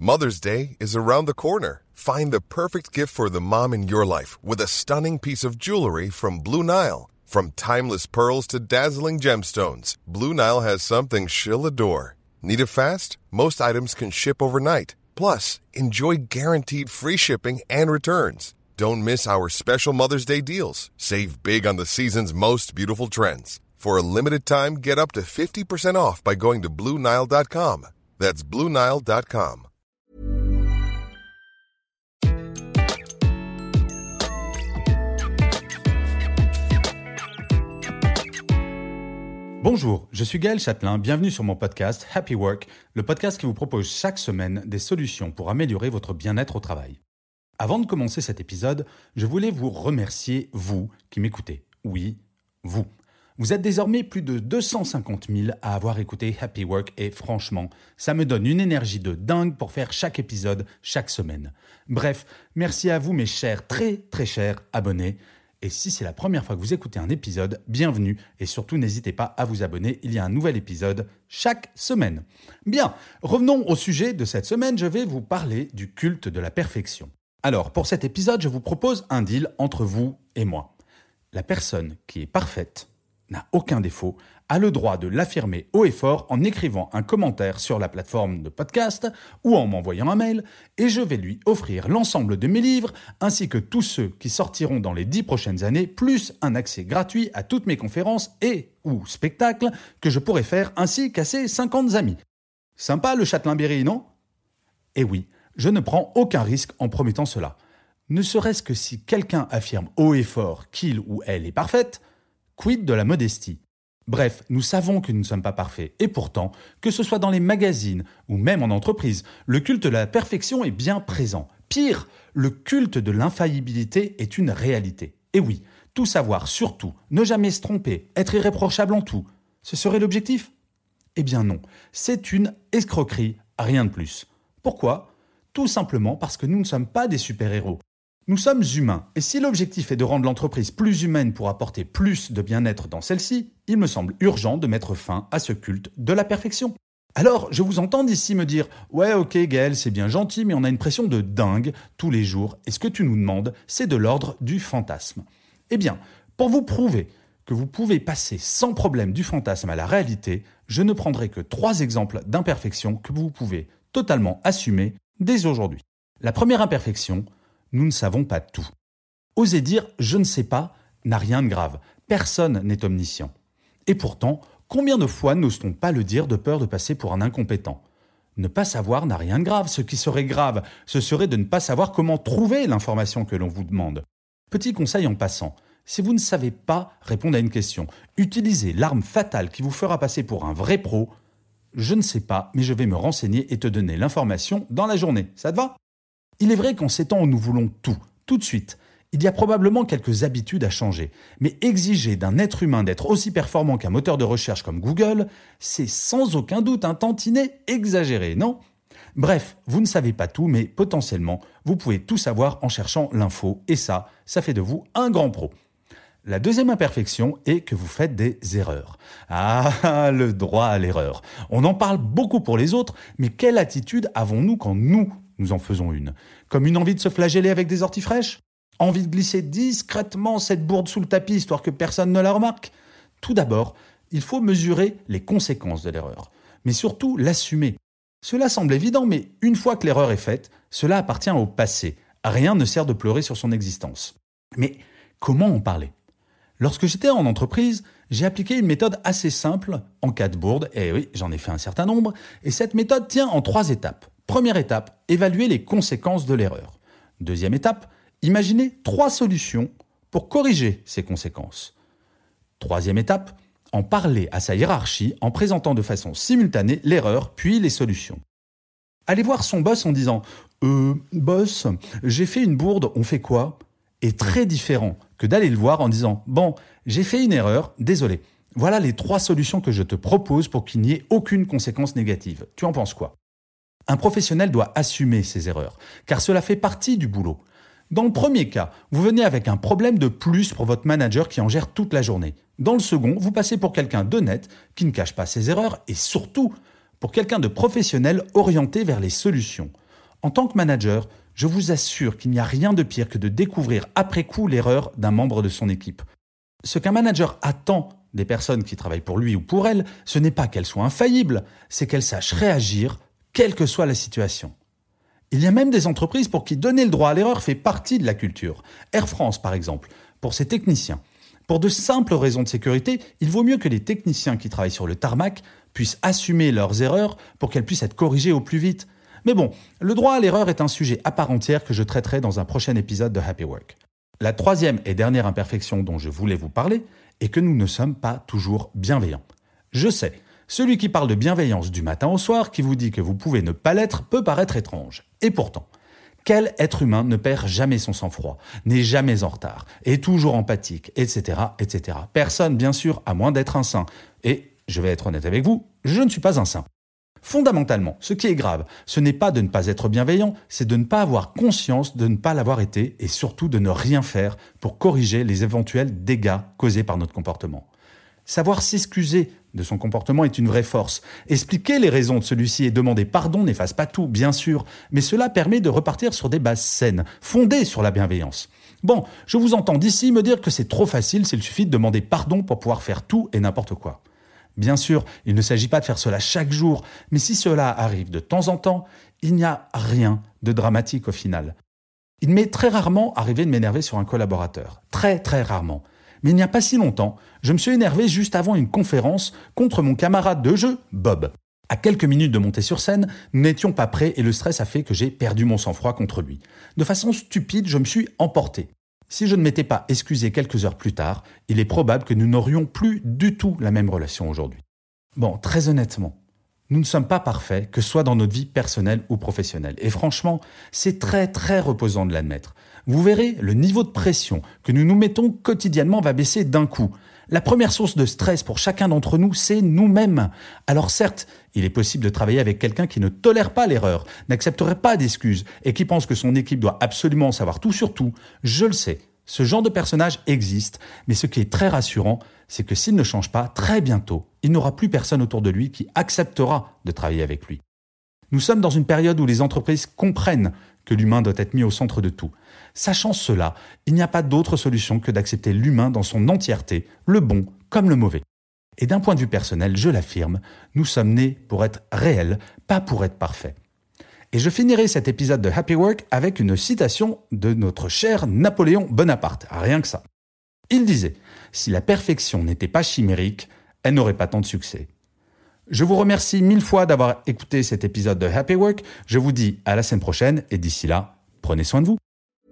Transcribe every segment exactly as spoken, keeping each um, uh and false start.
Mother's Day is around the corner. Find the perfect gift for the mom in your life with a stunning piece of jewelry from Blue Nile. From timeless pearls to dazzling gemstones, Blue Nile has something she'll adore. Need it fast? Most items can ship overnight. Plus, enjoy guaranteed free shipping and returns. Don't miss our special Mother's Day deals. Save big on the season's most beautiful trends. For a limited time, get up to fifty percent off by going to Blue Nile dot com. That's Blue Nile dot com. Bonjour, je suis Gaël Châtelain, bienvenue sur mon podcast Happy Work, le podcast qui vous propose chaque semaine des solutions pour améliorer votre bien-être au travail. Avant de commencer cet épisode, je voulais vous remercier, vous qui m'écoutez. Oui, vous. Vous êtes désormais plus de deux cent cinquante mille à avoir écouté Happy Work et franchement, ça me donne une énergie de dingue pour faire chaque épisode chaque semaine. Bref, merci à vous mes chers, très très chers abonnés. Et si c'est la première fois que vous écoutez un épisode, bienvenue et surtout n'hésitez pas à vous abonner, il y a un nouvel épisode chaque semaine. Bien, revenons au sujet de cette semaine, je vais vous parler du culte de la perfection. Alors, pour cet épisode, je vous propose un deal entre vous et moi. La personne qui est parfaite, n'a aucun défaut, a le droit de l'affirmer haut et fort en écrivant un commentaire sur la plateforme de podcast ou en m'envoyant un mail et je vais lui offrir l'ensemble de mes livres ainsi que tous ceux qui sortiront dans les dix prochaines années plus un accès gratuit à toutes mes conférences et ou spectacles que je pourrais faire ainsi qu'à ses cinquante amis. Sympa le Châtelain-Berry, non ? Eh oui, je ne prends aucun risque en promettant cela. Ne serait-ce que si quelqu'un affirme haut et fort qu'il ou elle est parfaite, quid de la modestie ? Bref, nous savons que nous ne sommes pas parfaits et pourtant, que ce soit dans les magazines ou même en entreprise, le culte de la perfection est bien présent. Pire, le culte de l'infaillibilité est une réalité. Et oui, tout savoir, surtout, ne jamais se tromper, être irréprochable en tout, ce serait l'objectif ? Eh bien non, c'est une escroquerie, rien de plus. Pourquoi ? Tout simplement parce que nous ne sommes pas des super-héros. Nous sommes humains, et si l'objectif est de rendre l'entreprise plus humaine pour apporter plus de bien-être dans celle-ci, il me semble urgent de mettre fin à ce culte de la perfection. Alors, je vous entends d'ici me dire « Ouais, ok Gaël, c'est bien gentil, mais on a une pression de dingue tous les jours, et ce que tu nous demandes, c'est de l'ordre du fantasme. » Eh bien, pour vous prouver que vous pouvez passer sans problème du fantasme à la réalité, je ne prendrai que trois exemples d'imperfections que vous pouvez totalement assumer dès aujourd'hui. La première imperfection, nous ne savons pas tout. Oser dire « je ne sais pas » n'a rien de grave. Personne n'est omniscient. Et pourtant, combien de fois n'ose-t-on pas le dire de peur de passer pour un incompétent ? Ne pas savoir n'a rien de grave. Ce qui serait grave, ce serait de ne pas savoir comment trouver l'information que l'on vous demande. Petit conseil en passant, si vous ne savez pas répondre à une question, utilisez l'arme fatale qui vous fera passer pour un vrai pro. Je ne sais pas, mais je vais me renseigner et te donner l'information dans la journée. Ça te va ? Il est vrai qu'en ces temps où nous voulons tout, tout de suite, il y a probablement quelques habitudes à changer. Mais exiger d'un être humain d'être aussi performant qu'un moteur de recherche comme Google, c'est sans aucun doute un tantinet exagéré, non ? Bref, vous ne savez pas tout, mais potentiellement, vous pouvez tout savoir en cherchant l'info. Et ça, ça fait de vous un grand pro. La deuxième imperfection est que vous faites des erreurs. Ah, le droit à l'erreur. On en parle beaucoup pour les autres, mais quelle attitude avons-nous quand nous nous en faisons une ? Comme une envie de se flageller avec des orties fraîches ? Envie de glisser discrètement cette bourde sous le tapis histoire que personne ne la remarque ? Tout d'abord, il faut mesurer les conséquences de l'erreur, mais surtout l'assumer. Cela semble évident, mais une fois que l'erreur est faite, cela appartient au passé. Rien ne sert de pleurer sur son existence. Mais comment en parler ? Lorsque j'étais en entreprise, j'ai appliqué une méthode assez simple en cas de bourde, et oui, j'en ai fait un certain nombre, et cette méthode tient en trois étapes. Première étape, évaluer les conséquences de l'erreur. Deuxième étape, imaginer trois solutions pour corriger ces conséquences. Troisième étape, en parler à sa hiérarchie en présentant de façon simultanée l'erreur puis les solutions. Aller voir son boss en disant « Euh, boss, j'ai fait une bourde, on fait quoi ?» est très différent que d'aller le voir en disant « Bon, j'ai fait une erreur, désolé. Voilà les trois solutions que je te propose pour qu'il n'y ait aucune conséquence négative. Tu en penses quoi ?» Un professionnel doit assumer ses erreurs, car cela fait partie du boulot. Dans le premier cas, vous venez avec un problème de plus pour votre manager qui en gère toute la journée. Dans le second, vous passez pour quelqu'un d'honnête, qui ne cache pas ses erreurs, et surtout, pour quelqu'un de professionnel orienté vers les solutions. En tant que manager, je vous assure qu'il n'y a rien de pire que de découvrir après coup l'erreur d'un membre de son équipe. Ce qu'un manager attend des personnes qui travaillent pour lui ou pour elle, ce n'est pas qu'elles soient infaillibles, c'est qu'elles sachent réagir, quelle que soit la situation. Il y a même des entreprises pour qui donner le droit à l'erreur fait partie de la culture. Air France, par exemple, pour ses techniciens. Pour de simples raisons de sécurité, il vaut mieux que les techniciens qui travaillent sur le tarmac puissent assumer leurs erreurs pour qu'elles puissent être corrigées au plus vite. Mais bon, le droit à l'erreur est un sujet à part entière que je traiterai dans un prochain épisode de Happy Work. La troisième et dernière imperfection dont je voulais vous parler est que nous ne sommes pas toujours bienveillants. Je sais, celui qui parle de bienveillance du matin au soir, qui vous dit que vous pouvez ne pas l'être, peut paraître étrange. Et pourtant, quel être humain ne perd jamais son sang-froid, n'est jamais en retard, est toujours empathique, et cetera, et cetera. Personne, bien sûr, à moins d'être un saint. Et, je vais être honnête avec vous, je ne suis pas un saint. Fondamentalement, ce qui est grave, ce n'est pas de ne pas être bienveillant, c'est de ne pas avoir conscience de ne pas l'avoir été et surtout de ne rien faire pour corriger les éventuels dégâts causés par notre comportement. Savoir s'excuser de son comportement est une vraie force. Expliquer les raisons de celui-ci et demander pardon n'efface pas tout, bien sûr, mais cela permet de repartir sur des bases saines, fondées sur la bienveillance. Bon, je vous entends d'ici me dire que c'est trop facile s'il suffit de demander pardon pour pouvoir faire tout et n'importe quoi. Bien sûr, il ne s'agit pas de faire cela chaque jour, mais si cela arrive de temps en temps, il n'y a rien de dramatique au final. Il m'est très rarement arrivé de m'énerver sur un collaborateur. Très très rarement. Mais il n'y a pas si longtemps, je me suis énervé juste avant une conférence contre mon camarade de jeu, Bob. À quelques minutes de monter sur scène, nous n'étions pas prêts et le stress a fait que j'ai perdu mon sang-froid contre lui. De façon stupide, je me suis emporté. Si je ne m'étais pas excusé quelques heures plus tard, il est probable que nous n'aurions plus du tout la même relation aujourd'hui. Bon, très honnêtement, nous ne sommes pas parfaits, que ce soit dans notre vie personnelle ou professionnelle. Et franchement, c'est très très reposant de l'admettre. Vous verrez, le niveau de pression que nous nous mettons quotidiennement va baisser d'un coup. La première source de stress pour chacun d'entre nous, c'est nous-mêmes. Alors certes, il est possible de travailler avec quelqu'un qui ne tolère pas l'erreur, n'accepterait pas d'excuses et qui pense que son équipe doit absolument savoir tout sur tout. Je le sais, ce genre de personnage existe, mais ce qui est très rassurant, c'est que s'il ne change pas, très bientôt, il n'aura plus personne autour de lui qui acceptera de travailler avec lui. Nous sommes dans une période où les entreprises comprennent que l'humain doit être mis au centre de tout. Sachant cela, il n'y a pas d'autre solution que d'accepter l'humain dans son entièreté, le bon comme le mauvais. Et d'un point de vue personnel, je l'affirme, nous sommes nés pour être réels, pas pour être parfaits. Et je finirai cet épisode de Happy Work avec une citation de notre cher Napoléon Bonaparte, rien que ça. Il disait « Si la perfection n'était pas chimérique, elle n'aurait pas tant de succès ». Je vous remercie mille fois d'avoir écouté cet épisode de Happy Work. Je vous dis à la semaine prochaine et d'ici là, prenez soin de vous.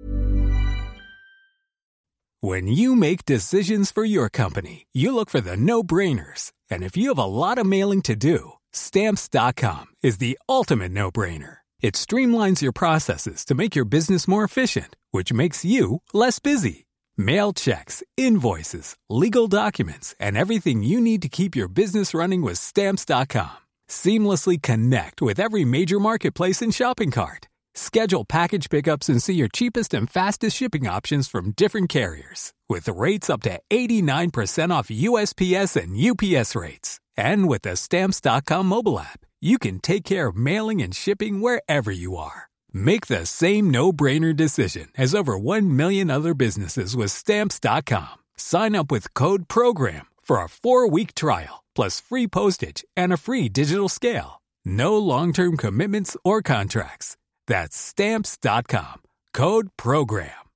When you make decisions for your company, you look for the no-brainers. And if you have a lot of mailing to do, Stamps dot com is the ultimate no-brainer. It streamlines your processes to make your business more efficient, which makes you less busy. Mail checks, invoices, legal documents, and everything you need to keep your business running with Stamps dot com. Seamlessly connect with every major marketplace and shopping cart. Schedule package pickups and see your cheapest and fastest shipping options from different carriers. With rates up to eighty-nine percent off U S P S and U P S rates. And with the Stamps dot com mobile app, you can take care of mailing and shipping wherever you are. Make the same no-brainer decision as over one million other businesses with Stamps dot com. Sign up with code PROGRAM for a four-week trial, plus free postage and a free digital scale. No long-term commitments or contracts. That's Stamps dot com. Code PROGRAM.